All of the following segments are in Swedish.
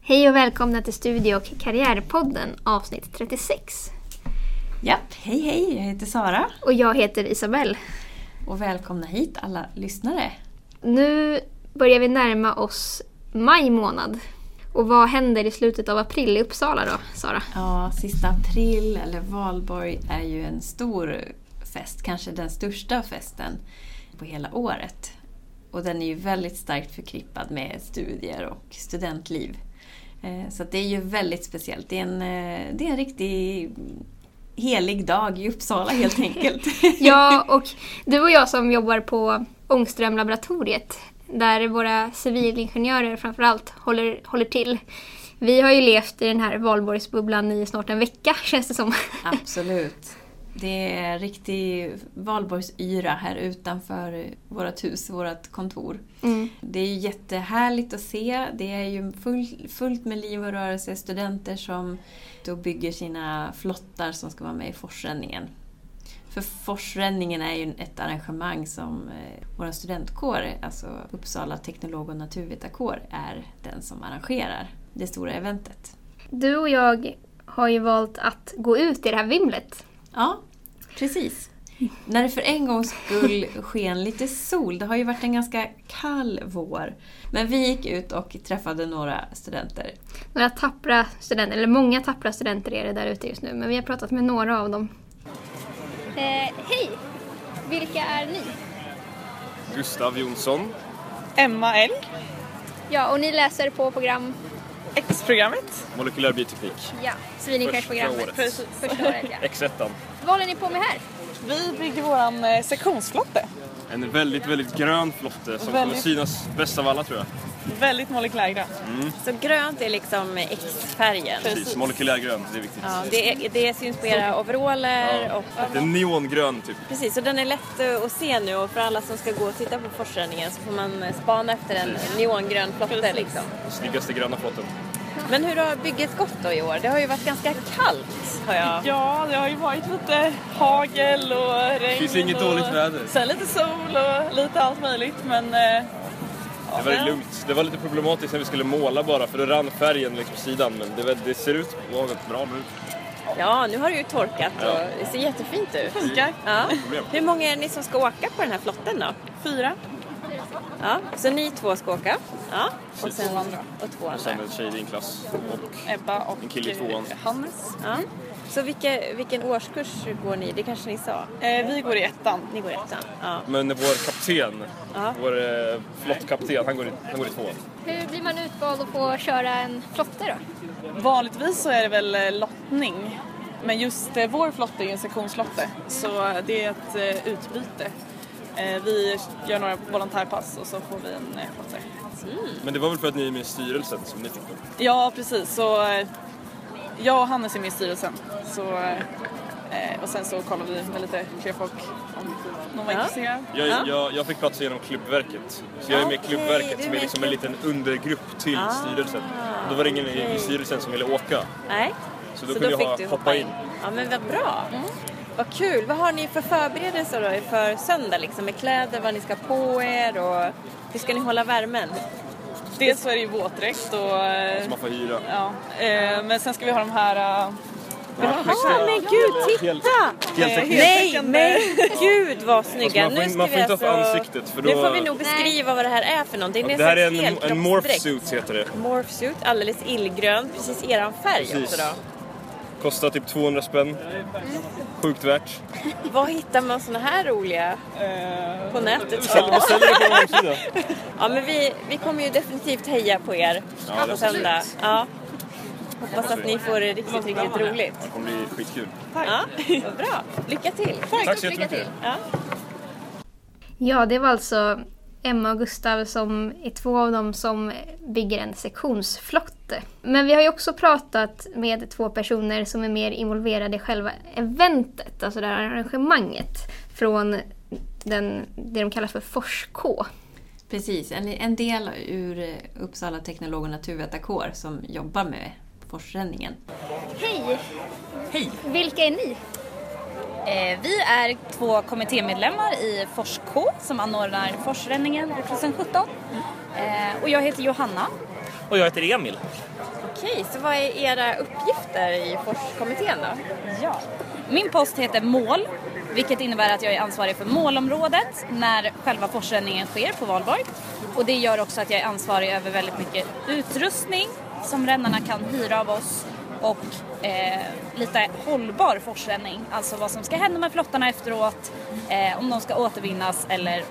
Hej och välkomna till Studie- och karriärpodden, avsnitt 36. Japp, hej, jag heter Sara. Och jag heter Isabelle. Och välkomna hit alla lyssnare. Nu börjar vi närma oss maj månad. Och vad händer i slutet av april i Uppsala då, Sara? Ja, sista april eller valborg är ju en stor fest. Kanske den största festen på hela året. Och den är ju väldigt starkt förknippad med studier och studentliv. Så det är ju väldigt speciellt. Det är en riktig helig dag i Uppsala helt enkelt. Ja, och du och jag som jobbar på Ångström-laboratoriet, där våra civilingenjörer framförallt håller till. Vi har ju levt i den här valborgsbubblan i snart en vecka, känns det som. Absolut. Det är riktig valborgsyra här utanför vårt hus, vårt kontor. Mm. Det är ju jättehärligt att se. Det är ju fullt med liv och rörelse. Studenter som då bygger sina flottar som ska vara med i forsränningen. För forsränningen är ju ett arrangemang som vår studentkår, alltså Uppsala teknolog- och naturvetarkår, är den som arrangerar det stora eventet. Du och jag har ju valt att gå ut i det här vimlet. Ja, precis. När det för en gångs skull sken lite sol. Det har ju varit en ganska kall vår. Men vi gick ut och träffade några studenter. Några tappra studenter, eller många tappra studenter är det där ute just nu. Men vi har pratat med några av dem. Hej! Vilka är ni? Gustav Jonsson. Emma L. Ja, och ni läser på program... X-programmet. Molekylär bioteknik. Ja, civilingenjörsprogrammet. Första året, ja. X1. Vad håller ni på med här? Vi bygger våran sektionsflotte. En väldigt, väldigt grön flotte som kommer synas bäst av alla, tror jag. Väldigt molekylärgrön. Så grönt är liksom X-färgen. Precis, molekylärgrön, det är viktigt. Ja, det syns på era overaller. Ja, och... det är neongrön typ. Precis, och den är lätt att se nu. Och för alla som ska gå och titta på forsränningen så får man spana efter en neongrön flotte. Liksom. Den snyggaste gröna flotten. Men hur har bygget gått då i år? Det har ju varit ganska kallt, har jag. Ja, det har ju varit lite hagel och regn. Det finns inget dåligt väder. Sen lite sol och lite allt möjligt, men... det var lugnt. Det var lite problematiskt när vi skulle måla bara, för det rann färgen liksom sidan. Men det ser ut att vara bra nu. Ja, nu har det ju torkat och det ser jättefint ut. Funkar. Ja. Hur många är ni som ska åka på den här flotten då? 4. Ja, så ni 2 ska åka. Ja. Och sen 2 andra. Och 2 andra. Och sen en tjej i din klass. Och Ebba och en kille i 2:an. Hannes. Ja. Så vilken årskurs går ni? Det kanske ni sa. Vi går i 1:an. Ni går i 1:an. Ja. Men vår kapten, vår flottkapten, han går i 2:an. Hur blir man utvald att få köra en flotte då? Vanligtvis så är det väl lottning. Men just vår flotte är en sektionsflotte. Så det är ett utbyte. Vi gör några volontärpass och så får vi en flotte. Men det var väl för att ni är med i styrelsen som ni fick dem? Ja, precis. Så jag och Hannes är med i styrelsen. Så, och sen så kollar vi med lite fler folk om någon var intresserad. Jag fick plats genom klubbverket. Så jag är med i klubbverket som är liksom en liten undergrupp till styrelsen. Och då var det ingen i styrelsen som ville åka. Nej. Så då kunde jag hoppa in. Ja, men vad bra. Vad kul. Vad har ni för förberedelser då för söndag liksom, med kläder, vad ni ska på er och hur ska ni hålla värmen? Dels så är det ju våtdräkt och... Som man får hyra. Ja. Men sen ska vi ha de här... men gud, titta! Nej, men gud vad snygga. Alltså man får inte ha för ansiktet. För då... Nu får vi nog beskriva vad det här är för någonting. Det här är en morph suit heter det. Morph suit, alldeles illgrön. Precis eran färg också då. Kostar typ 200 spänn. Sjukt värt. Var hittar man såna här roliga på nätet? Vi säljer det på hemsidan. Ja, men vi kommer ju definitivt heja på er på söndag. Ja. Hoppas att ni får det riktigt roligt. Det kommer bli skitkul. Ja, vad bra. Lycka till. Tack så jättemycket. Ja, det var alltså Emma och Gustav som är 2 av dem som bygger en sektionsflotte. Men vi har ju också pratat med 2 personer som är mer involverade i själva eventet, alltså det här arrangemanget, från det de kallar för Forsk-K. Precis, en del ur Uppsala teknolog- och naturvetarkår som jobbar med forsränningen. Hej! Hej! Vilka är ni? Vi är 2 kommittémedlemmar i Forsk-K som anordnar forsränningen 2017. Och jag heter Johanna. Och jag heter Emil. Okej, så vad är era uppgifter i Forskommittén då? Ja. Min post heter mål, vilket innebär att jag är ansvarig för målområdet när själva forsränningen sker på Valborg. Och det gör också att jag är ansvarig över väldigt mycket utrustning som rännarna kan hyra av oss och lite hållbar forsränning. Alltså vad som ska hända med flottarna efteråt, om de ska återvinnas eller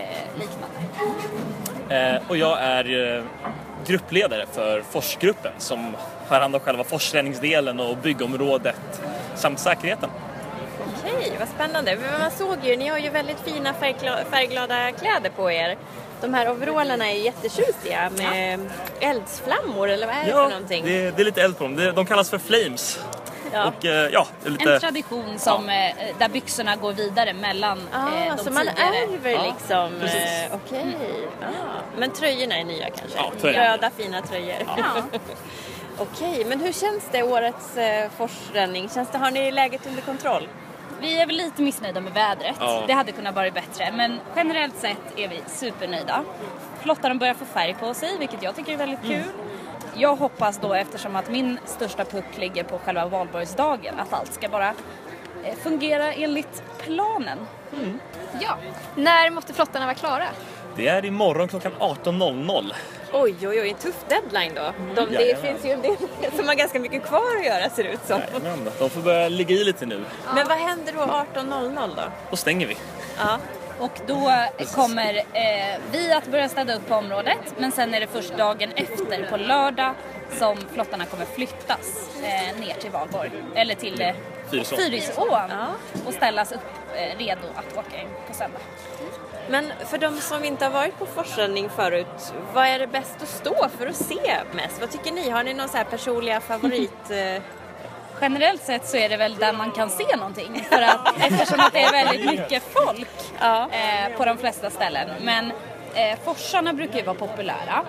liknande. Och jag är gruppledare för forsgruppen som har hand om själva forsränningsdelen och byggområdet samt säkerheten. Okej, vad spännande. Man såg ju, ni har ju väldigt fina färgglada kläder på er. De här overallerna är jättetjusiga med eldsflammor, eller vad är det för någonting? Det är lite eld på dem. De kallas för flames. Ja. Och, det är lite... En tradition som, där byxorna går vidare mellan de så man tidigare. ärver liksom. Okej. Men tröjorna är nya kanske? Ja, tröjor. Röda fina tröjor. Ja. Okej, men hur känns det årets forsränning? Har ni läget under kontroll? Vi är väl lite missnöjda med vädret. Ja. Det hade kunnat vara bättre. Men generellt sett är vi supernöjda. Flottarna börjar få färg på sig, vilket jag tycker är väldigt kul. Jag hoppas då, eftersom att min största puck ligger på själva valborgsdagen, att allt ska bara fungera enligt planen. Ja. När måste flottarna vara klara? Det är imorgon klockan 18.00. Oj, en tuff deadline då. Det finns ju en del som har ganska mycket kvar att göra, ser det ut som. Jajamän, de får börja ligga i lite nu. Men vad händer då 18.00 då? Då stänger vi. Ja. Och då kommer vi att börja städa upp på området. Men sen är det först dagen efter, på lördag, som flottarna kommer flyttas ner till Valborg. Eller till Fyrisån. Och ställas upp redo att åka in på söndag. Men för de som inte har varit på forsränning förut, vad är det bäst att stå för att se mest? Vad tycker ni? Har ni någon så här personliga favorit? Generellt sett så är det väl där man kan se någonting. För att, eftersom att det är väldigt mycket folk på de flesta ställen. Men forsarna brukar ju vara populära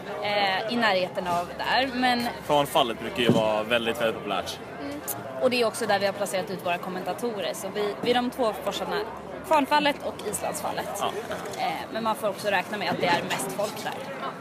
i närheten av där. Men Kvarnfallet brukar ju vara väldigt, väldigt populärt. Och det är också där vi har placerat ut våra kommentatorer. Så vid de två forsarna, Kvarnfallet och Islandsfallet. Men man får också räkna med att det är mest folk där.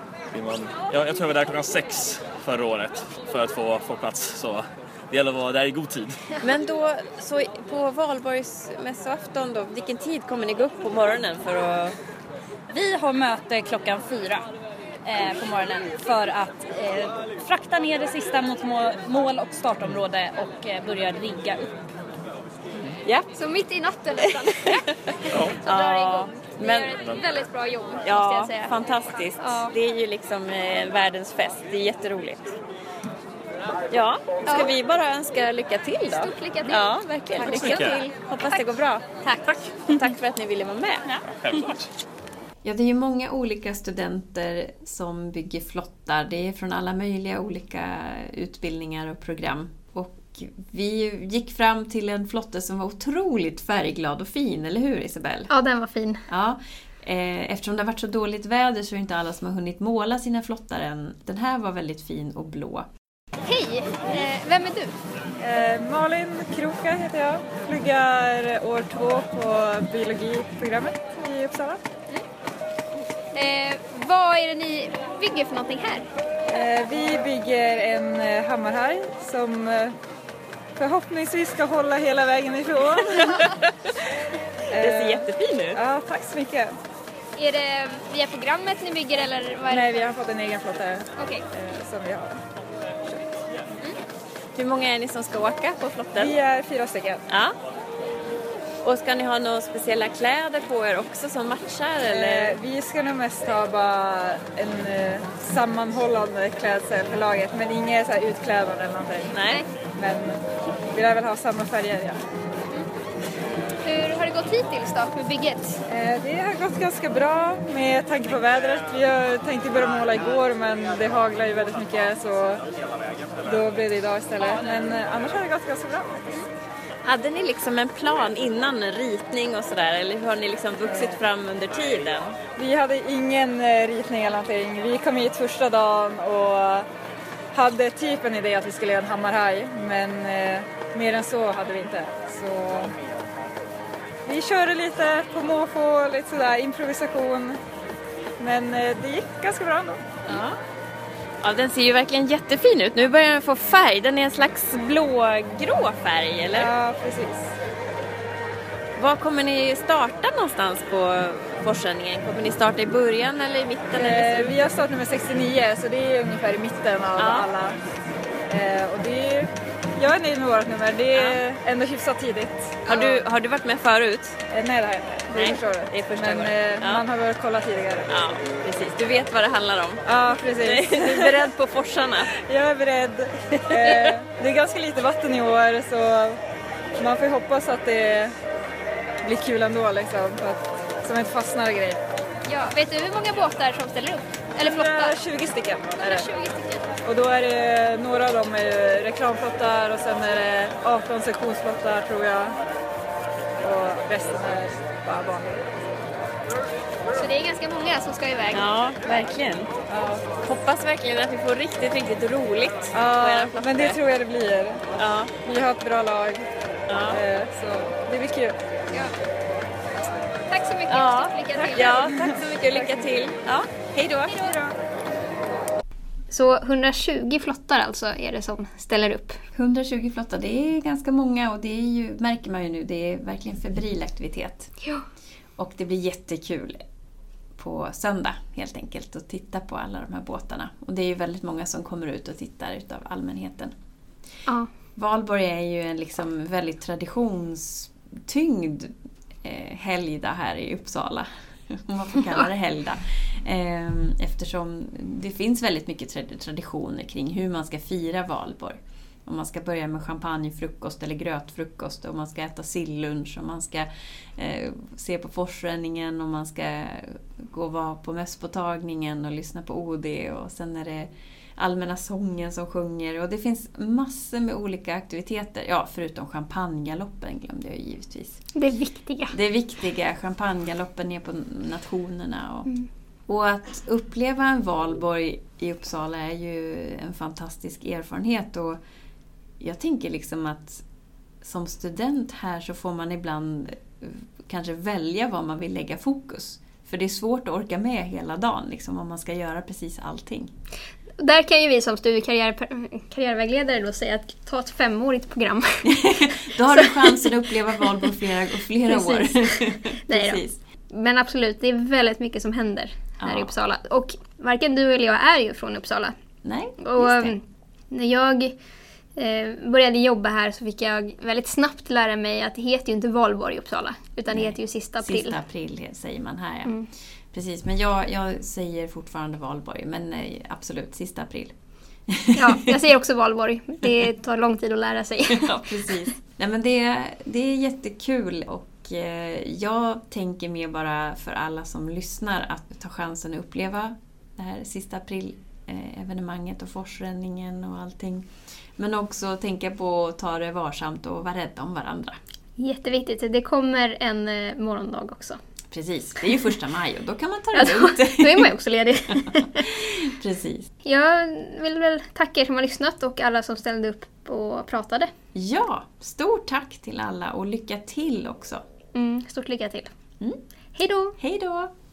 Jag tror jag var där klockan 6 förra året för att få plats. Så det gäller att vara där i god tid. Men då, så på Valborgsmässoafton då, vilken tid kommer ni gå upp på morgonen för att... Vi har möte klockan 4 på morgonen för att frakta ner det sista mot mål och startområde och börja rigga upp. Ja. Så mitt i natten nästan. Så drar det igång. Det är ett väldigt bra jobb, måste jag säga. Fantastiskt. Ja. Det är ju liksom världens fest. Det är jätteroligt. Ja, ska vi bara önska lycka till då? Stort lycka till. Ja, verkligen. Lycka till. Hoppas det går bra. Tack. Tack för att ni ville vara med. Självklart. Ja, det är ju många olika studenter som bygger flottar. Det är från alla möjliga olika utbildningar och program. Och vi gick fram till en flotte som var otroligt färgglad och fin, eller hur Isabel? Ja, den var fin. Ja, eftersom det har varit så dåligt väder så är det inte alla som har hunnit måla sina flottar än. Den här var väldigt fin och blå. Hej, vem är du? Malin Kroka heter jag. Pluggar år 2 på biologiprogrammet i Uppsala. Vad är det ni bygger för någonting här? Vi bygger en hammarhaj som förhoppningsvis ska hålla hela vägen ifrån. Det ser jättefin ut. Ja, tack så mycket. Är det via programmet ni bygger eller vad är det? Nej, vi har fått en egen flotta som vi har. Hur många är ni som ska åka på flotten? Vi är 4 stycken. Ja. Och ska ni ha några speciella kläder på er också som matchar? Eller? Vi ska nog mest ha bara en sammanhållande klädsel för laget, men inga så här utklädande eller någonting. Nej. Men vi lär väl ha samma färger, ja. Hur har det gått hittills då med bygget? Det har gått ganska bra med tanke på vädret. Vi har tänkt börja måla igår, men det haglar ju väldigt mycket så då blev det idag istället. Men annars har det gått ganska bra. Hade ni liksom en plan innan, en ritning och sådär, eller hur har ni liksom vuxit fram under tiden? Vi hade ingen ritning eller någonting. Vi kom hit första dagen och hade typ en idé att vi skulle göra en hammarhaj, men mer än så hade vi inte. Så vi körde lite på måfå, lite sådär improvisation, men det gick ganska bra ändå. Ja. Ja, den ser ju verkligen jättefin ut. Nu börjar den få färg. Den är en slags blågrå färg, eller? Ja, precis. Var kommer ni starta någonstans på forsränningen? Kommer ni starta i början eller i mitten? Vi har startat nummer 69, så det är ungefär i mitten av alla. Och det är, jag är nöjd med vårt nummer. Det är ändå hyfsat tidigt. Har du varit med förut? Nej, det har jag inte. Det är första gången. Man har väl kollat tidigare. Ja, precis. Du vet vad det handlar om. Ja, precis. Du är beredd på forsarna. Jag är beredd. Det är ganska lite vatten i år, så man får hoppas att det blir kul ändå, liksom, för att, så man inte fastnar i grejer. Ja, vet du hur många båtar som ställer upp? Eller flottar? 120 stycken. 120 stycken. Och då är det några av dem är reklamflottar och sen är det 18 sektionsflottar, tror jag. Och resten är bara vanliga. Så det är ganska många som ska iväg. Ja, verkligen. Ja. Hoppas verkligen att vi får riktigt, riktigt roligt på era flottor. Men det tror jag det blir. Ja. Vi har ett bra lag. Ja. Så det blir kul. Ja. Tack så mycket. Ja. Lycka till. Ja, tack så mycket. Lycka till. Ja, hej då. Så 120 flottar alltså är det som ställer upp. 120 flottar, det är ganska många och det är ju, märker man ju nu, det är verkligen febril aktivitet. Ja. Och det blir jättekul på söndag helt enkelt att titta på alla de här båtarna. Och det är ju väldigt många som kommer ut och tittar utav allmänheten. Ja. Valborg är ju en liksom väldigt traditionstyngd helgdag här i Uppsala. Om man får kalla det helgdag. Eftersom det finns väldigt mycket traditioner kring hur man ska fira Valborg. Om man ska börja med champagnefrukost eller grötfrukost, och man ska äta sillunch, och man ska se på forsränningen, och man ska gå och vara på mässpåtagningen och lyssna på OD, och sen är det allmänna sången som sjunger, och det finns massor med olika aktiviteter. Ja, förutom champagnegaloppen glömde jag givetvis. Det viktiga. Det viktiga, champagnegaloppen ner på nationerna. Och att uppleva en Valborg i Uppsala är ju en fantastisk erfarenhet, och jag tänker liksom att som student här så får man ibland kanske välja vad man vill lägga fokus. För det är svårt att orka med hela dagen liksom, om man ska göra precis allting. Där kan ju vi som karriärvägledare då säga att ta ett 5-årigt program. Då har du chansen att uppleva Valborg flera år. Precis. Men absolut, det är väldigt mycket som händer här i Uppsala. Och varken du eller jag är ju från Uppsala. Nej, och just det. När jag började jobba här så fick jag väldigt snabbt lära mig att det heter ju inte Valborg i Uppsala, utan det heter ju sista april. Sista april säger man här, ja. Precis, men jag säger fortfarande Valborg, men absolut, sista april. Ja, jag säger också Valborg. Det tar lång tid att lära sig. Ja, precis. Nej, men det är jättekul, och jag tänker mer bara för alla som lyssnar att ta chansen att uppleva det här sista april evenemanget och forsränningen och allting. Men också tänka på att ta det varsamt och vara rädda om varandra. Jätteviktigt. Det kommer en morgondag också. Precis, det är ju 1 maj och då kan man ta det lugnt. Då är man ju också ledig. Precis. Jag vill väl tacka er som har lyssnat och alla som ställde upp och pratade. Ja, stort tack till alla och lycka till också. Stort lycka till. Hej då! Hej då!